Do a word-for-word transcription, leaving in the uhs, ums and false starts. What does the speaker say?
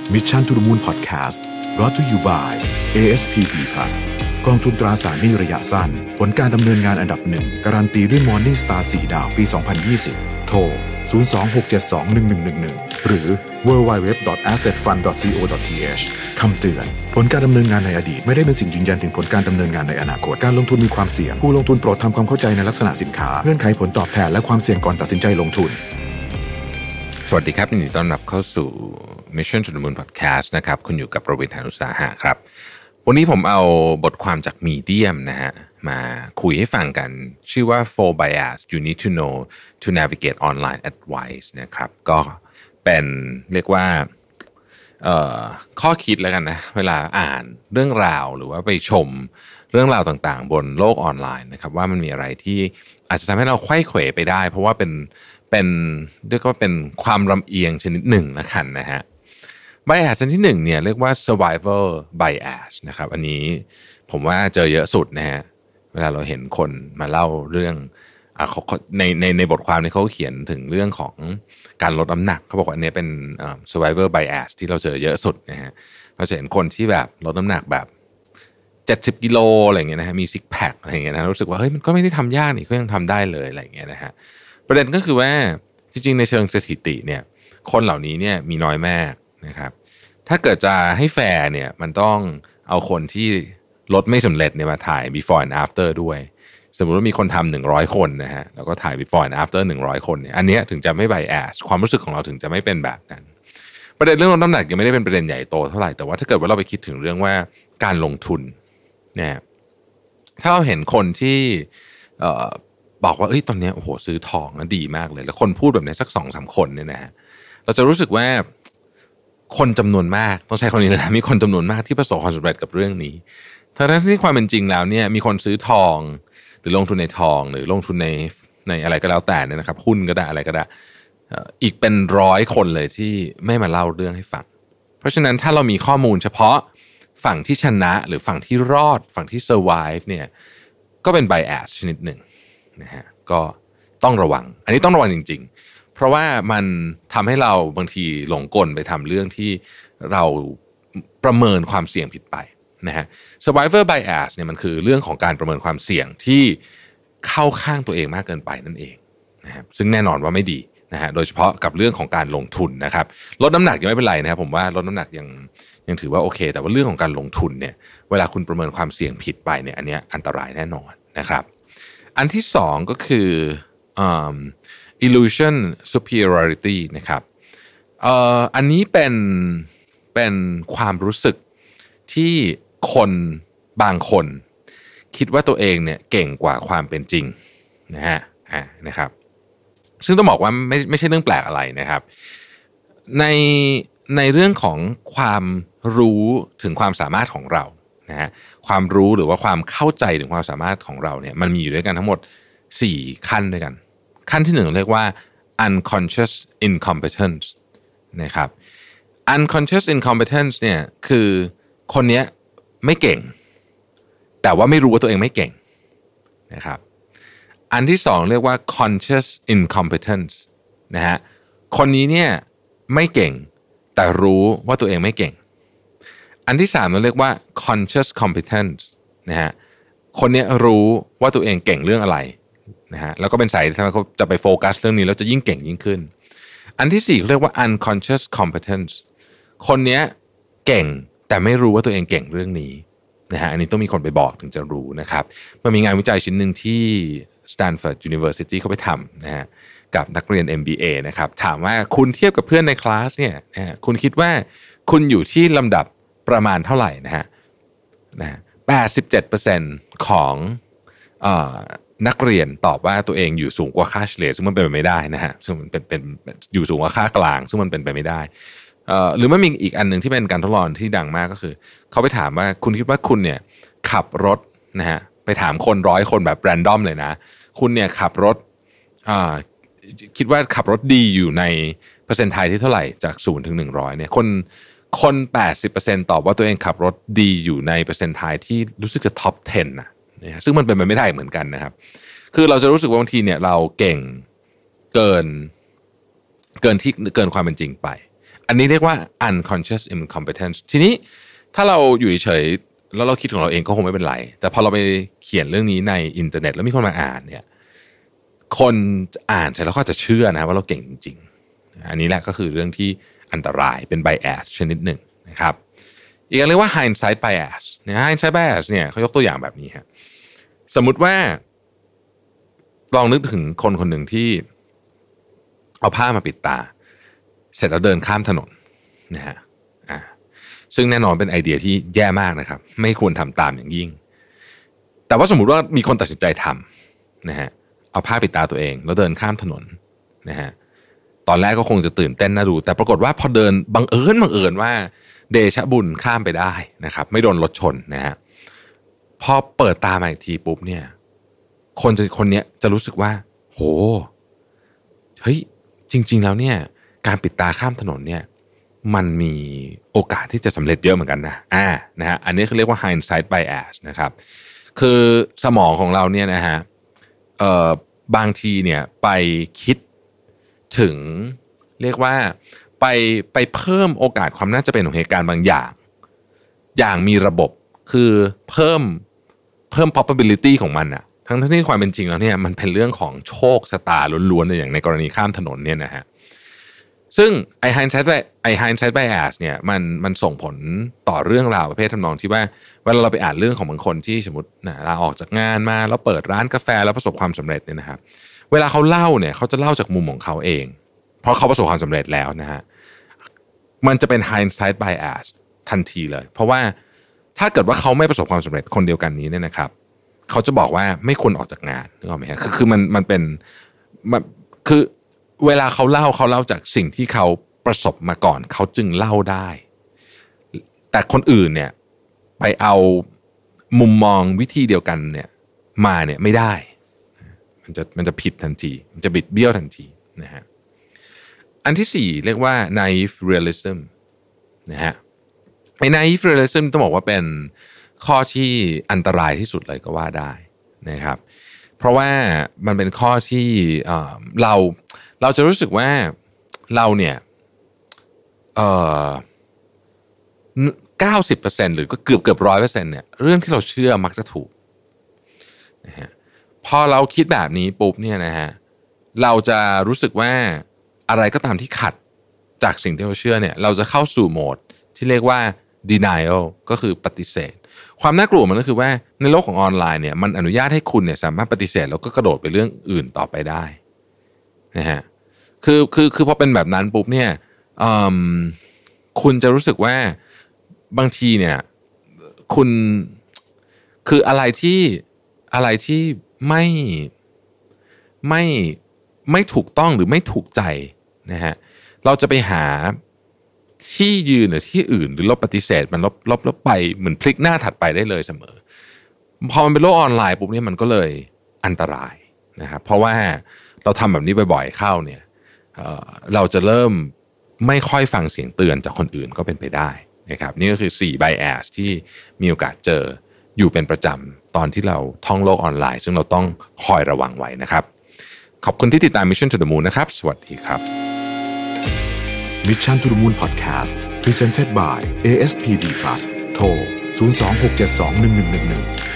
Mission to the Moon Podcast brought to you by เอ เอส พี บี Plus กองทุนตราสารหนี้ระยะสั้นผลการดำเนินงานอันดับหนึ่งการันตีด้วย Morning Star สี่ดาวปี สองพันยี่สิบ โทร ศูนย์ สอง หก เจ็ด สอง หนึ่ง หนึ่ง หนึ่ง หนึ่ง หรือ ดับเบิลยู ดับเบิลยู ดับเบิลยู ดอท แอสเซทฟันด์ ดอท ซี โอ ดอท ที เอช คำเตือนผลการดำเนินงานในอดีตไม่ได้เป็นสิ่งยืนยันถึงผลการดำเนินงานในอนาคตการลงทุนมีความเสี่ยงผู้ลงทุนโปรดทำความเข้าใจในลักษณะสินค้าเงื่อนไขผลตอบแทนและความเสี่ยงก่อนตัดสินใจลงทุนสวัสดีครับยินดีต้อนรับเข้าสู่ Mission to the Moon Podcast นะครับคุณอยู่กับประวิทย์ หาญอุตสาหะครับวันนี้ผมเอาบทความจาก Medium นะฮะมาคุยให้ฟังกันชื่อว่า four bias you need to know to navigate online advice นะครับก็เป็นเรียกว่าเอ่อข้อคิดแล้วกันนะเวลาอ่านเรื่องราวหรือว่าไปชมเรื่องราวต่างๆบนโลกออนไลน์นะครับว่ามันมีอะไรที่อาจจะทำให้เราไขว้เขวไปได้เพราะว่าเป็นเป็นเรียกว่าเป็นความลำเอียงชนิดหนึ่งละกันนะฮะ bias ชนิดที่หนึ่งเนี่ยเรียกว่า survival bias นะครับอันนี้ผมว่าเจอเยอะสุดนะฮะเวลาเราเห็นคนมาเล่าเรื่องอ่ะเขาในในในบทความนี้เขาเขียนถึงเรื่องของการลดน้ำหนักเขาบอกว่าอันนี้เป็น survival bias ที่เราเจอเยอะสุดนะฮะเราจะเห็นคนที่แบบลดน้ำหนักแบบเจ็ดสิบกิโลอะไรอย่างเงี้ยนะฮะมีซิกแพคอะไรอย่างเงี้ยนะรู้สึกว่าเฮ้ยมันก็ไม่ได้ทำยากนี่ก็ยังทำได้เลยอะไรอย่างเงี้ยนะฮะประเด็นก็คือว่าจริงๆในเชิงสถิติเนี่ยคนเหล่านี้เนี่ยมีน้อยมากนะครับถ้าเกิดจะให้แฟร์เนี่ยมันต้องเอาคนที่ลดไม่สำเร็จเนี่ยมาถ่าย before and after ด้วยสมมุติว่ามีคนทำหนึ่งร้อยคนนะฮะแล้วก็ถ่าย before and after หนึ่งร้อยคนเนี่ยอันเนี้ยถึงจะไม่ bias ความรู้สึกของเราถึงจะไม่เป็นแบบนั้นประเด็นเรื่องลดน้ำหนักยังไม่ได้เป็นประเด็นใหญ่โตเท่าไหร่แต่ว่าถ้าเกิดว่าเราไปคิดถึงเรื่องว่าการลงทุนเนี่ยถ้าเราเห็นคนที่เอ่อบอกว่าเอ้ยตอนนี้โอ้โหซื้อทองนะดีมากเลยแล้วคนพูดแบบนี้สัก สองสาม คนเนี่ยนะฮะเราจะรู้สึกว่าคนจำนวนมากต้องใช้คำนี้นะมีคนจำนวนมากที่ประสบความสำเร็จกับเรื่องนี้ทั้งที่ความเป็นจริงแล้วเนี่ยมีคนซื้อทองหรือลงทุนในทองหรือลงทุนในในอะไรก็แล้วแต่เนี่ยนะครับหุ้นก็ได้อะไรก็ได้อีกเป็นร้อยคนเลยที่ไม่มาเล่าเรื่องให้ฟังเพราะฉะนั้นถ้าเรามีข้อมูลเฉพาะฝั่งที่ชนะหรือฝั่งที่รอดฝั่งที่ survive เนี่ยก็เป็น bias ชนิดหนึ่งนะฮะก็ต้องระวังอันนี้ต้องระวังจริงๆเพราะว่ามันทำให้เราบางทีหลงกลไปทำเรื่องที่เราประเมินความเสี่ยงผิดไปนะฮะ survivor bias เนี่ยมันคือเรื่องของการประเมินความเสี่ยงที่เข้าข้างตัวเองมากเกินไปนั่นเองนะครับซึ่งแน่นอนว่าไม่ดีนะฮะโดยเฉพาะกับเรื่องของการลงทุนนะครับลดน้ำหนักยังไม่เป็นไรนะครับผมว่าลดน้ำหนักยังยังถือว่าโอเคแต่ว่าเรื่องของการลงทุนเนี่ยเวลาคุณประเมินความเสี่ยงผิดไปเนี่ยอันนี้อันตรายแน่นอนนะครับอันที่สองก็คือ um, illusion superiority นะครับเอ่ออันนี้เป็นเป็นความรู้สึกที่คนบางคนคิดว่าตัวเองเนี่ยเก่งกว่าความเป็นจริงนะฮะอ่านะครับซึ่งต้องบอกว่าไม่ไม่ใช่เรื่องแปลกอะไรนะครับในในเรื่องของความรู้ถึงความสามารถของเรานะฮะความรู้หรือว่าความเข้าใจถึงความสามารถของเราเนี่ยมันมีอยู่ด้วยกันทั้งหมดสี่ขั้นด้วยกันขั้นที่หนึ่งเรียกว่า unconscious incompetence นะครับ unconscious incompetence เนี่ยคือคนเนี้ยไม่เก่งแต่ว่าไม่รู้ว่าตัวเองไม่เก่งนะครับอันที่สองเรียกว่า conscious incompetence นะฮะคนนี้เนี่ยไม่เก่งแต่รู้ว่าตัวเองไม่เก่งอันที่สามเราเรียกว่า conscious competence นะฮะคนนี้รู้ว่าตัวเองเก่งเรื่องอะไรนะฮะแล้วก็เป็นสายที่เขาจะไปโฟกัสเรื่องนี้แล้วจะยิ่งเก่งยิ่งขึ้นอันที่สี่เรียกว่า unconscious competence คนนี้เก่งแต่ไม่รู้ว่าตัวเองเก่งเรื่องนี้นะฮะอันนี้ต้องมีคนไปบอกถึงจะรู้นะครับมันมีงานวิจัยชิ้นหนึ่งที่ Stanford University เขาไปทำนะฮะกับนักเรียน เอ็ม บี เอ นะครับถามว่าคุณเทียบกับเพื่อนในคลาสเนี่ยนะฮะคุณคิดว่าคุณอยู่ที่ลำดับประมาณเท่าไหร่นะฮะนะฮะ แปดสิบเจ็ดเปอร์เซ็นต์ ของเอ่อนักเรียนตอบว่าตัวเองอยู่สูงกว่าค่าเฉลี่ยซึ่งมันเป็นไปไม่ได้นะฮะซึ่งมันเป็นเป็นอยู่สูงกว่าค่ากลางซึ่งมันเป็นไปไม่ได้เอ่อหรือมันมีอีกอันนึงที่เป็นการทดลองที่ดังมากก็คือเขาไปถามว่าคุณคิดว่าคุณเนี่ยขับรถนะฮะไปถามคนร้อยคนแบบแรนดอมเลยนะคุณเนี่ยขับรถอ่าคิดว่าขับรถดีอยู่ในเปอร์เซ็นต์ไทยที่เท่าไหร่จากศูนย์ถึงหนึ่งร้อยเนี่ยคนคน แปดสิบเปอร์เซ็นต์ ตอบว่าตัวเองขับรถดีอยู่ในเปอร์เซ็นต์ไทยที่รู้สึกจะท็อปสิบนะนะซึ่งมันเป็นไปไม่ได้เหมือนกันนะครับคือเราจะรู้สึกว่าบางทีเนี่ยเราเก่งเกินเกินที่เกินความเป็นจริงไปอันนี้เรียกว่า unconscious incompetence ทีนี้ถ้าเราอยู่เฉยๆแล้วเราคิดของเราเองก็คงไม่เป็นไรแต่พอเราไปเขียนเรื่องนี้ในอินเทอร์เน็ตแล้วมีคนมาอ่านเนี่ยคนอ่านเสร็จแล้วก็จะเชื่อนะว่าเราเก่งจริงๆอันนี้แหละก็คือเรื่องที่อันตรายเป็น bias ชนิดหนึ่งนะครับอีกอย่างเรียกว่า hindsight bias เนี่ย hindsight bias เนี่ยเขายกตัวอย่างแบบนี้ครับสมมุติว่าลองนึกถึงคนคนหนึ่งที่เอาผ้ามาปิดตาเสร็จแล้วเดินข้ามถนนนะฮะอ่าซึ่งแน่นอนเป็นไอเดียที่แย่มากนะครับไม่ควรทำตามอย่างยิ่งแต่ว่าสมมุติว่ามีคนตัดสินใจทำนะฮะเอาผ้าปิดตาตัวเองแล้วเดินข้ามถนนนะฮะตอนแรกก็คงจะตื่นเต้นน่าดูแต่ปรากฏว่าพอเดินบังเอิญบังเอิญว่าเดชะบุญข้ามไปได้นะครับไม่โดนรถชนนะฮะพอเปิดตามาอีกทีปุ๊บเนี่ยคนจะคนนี้จะรู้สึกว่าโหเฮ้ยจริงๆแล้วเนี่ยการปิดตาข้ามถนนเนี่ยมันมีโอกาสที่จะสำเร็จเยอะเหมือนกันนะอ่านะฮะอันนี้เขาเรียกว่า hindsight bias นะครับคือสมองของเราเนี่ยนะฮะเอ่อบางทีเนี่ยไปคิดถึงเรียกว่าไปไปเพิ่มโอกาสความน่าจะเป็นของเหตุการณ์บางอย่างอย่างมีระบบคือเพิ่มเพิ่ม probability ของมันอะทั้งที่ความเป็นจริงแล้วเนี่ยมันเป็นเรื่องของโชคชะตาล้วนๆเลยอย่างในกรณีข้ามถนนเนี่ยนะฮะซึ่งไอ้ hindsightไอ้ hindsight bias เนี่ยมันมันส่งผลต่อเรื่องราวประเภททำนองที่ว่าเวลาเราไปอ่านเรื่องของบางคนที่สมมตินะลาออกจากงานมาแล้วเปิดร้านกาแฟแล้วประสบความสำเร็จเนี่ยนะครับเวลาเขาเล่าเนี่ยเขาจะเล่าจากมุมของเขาเองเพราะเขาประสบความสำเร็จแล้วนะฮะมันจะเป็น hindsight bias ทันทีเลยเพราะว่าถ้าเกิดว่าเขาไม่ประสบความสำเร็จคนเดียวกันนี้เนี่ยนะครับเขาจะบอกว่าไม่ควรออกจากงานนึกออกไหมฮะคือคือมันมันเป็นมันคือเวลาเขาเล่าเขาเล่าจากสิ่งที่เขาประสบมาก่อนเขาจึงเล่าได้แต่คนอื่นเนี่ยไปเอามุมมองวิธีเดียวกันเนี่ยมาเนี่ยไม่ได้มันจะมันจะผิดทันทีมันจะบิดเบี้ยวทันทีนะฮะอันที่สี่เรียกว่า naive realism นะฮะไอ้ naive realism ต้องบอกว่าเป็นข้อที่อันตรายที่สุดเลยก็ว่าได้นะครับเพราะว่ามันเป็นข้อที่เอ่อเราเราจะรู้สึกว่าเราเนี่ยเอ่อ เก้าสิบเปอร์เซ็นต์ หรือก็เกือบเกือบ หนึ่งร้อยเปอร์เซ็นต์ เนี่ยเรื่องที่เราเชื่อมักจะถูกนะฮะพอเราคิดแบบนี้ปุ๊บเนี่ยนะฮะเราจะรู้สึกว่าอะไรก็ตามที่ขัดจากสิ่งที่เราเชื่อเนี่ยเราจะเข้าสู่โหมดที่เรียกว่า denial ก็คือปฏิเสธความน่ากลัวมันก็คือว่าในโลกของออนไลน์เนี่ยมันอนุญาตให้คุณเนี่ยสามารถปฏิเสธแล้วก็กระโดดไปเรื่องอื่นต่อไปได้นะฮะคือคือคือพอเป็นแบบนั้นปุ๊บเนี่ยคุณจะรู้สึกว่าบางทีเนี่ยคุณคืออะไรที่อะไรที่ไม่ไม่ไม่ถูกต้องหรือไม่ถูกใจนะฮะเราจะไปหาที่ยืนหรือที่อื่นหรือเราปฏิเสธมันลบลบลบไปเหมือนพลิกหน้าถัดไปได้เลยเสมอพอมันเป็นโลกออนไลน์ปุ๊บเนี่ยมันก็เลยอันตรายนะครับเพราะว่าเราทำแบบนี้บ่อยๆเข้าเนี่ย เอ่อ เราจะเริ่มไม่ค่อยฟังเสียงเตือนจากคนอื่นก็เป็นไปได้นะครับนี่ก็คือสี่ bias ที่มีโอกาสเจออยู่เป็นประจำตอนที่เราท่องโลกออนไลน์ซึ่งเราต้องคอยระวังไว้นะครับขอบคุณที่ติดตาม Mission to the Moon นะครับสวัสดีครับ Mission to the Moon Podcast Presented by เอ เอส พี ดี Plus โทรศูนย์ สอง หก เจ็ด สอง หนึ่ง หนึ่ง หนึ่ง หนึ่ง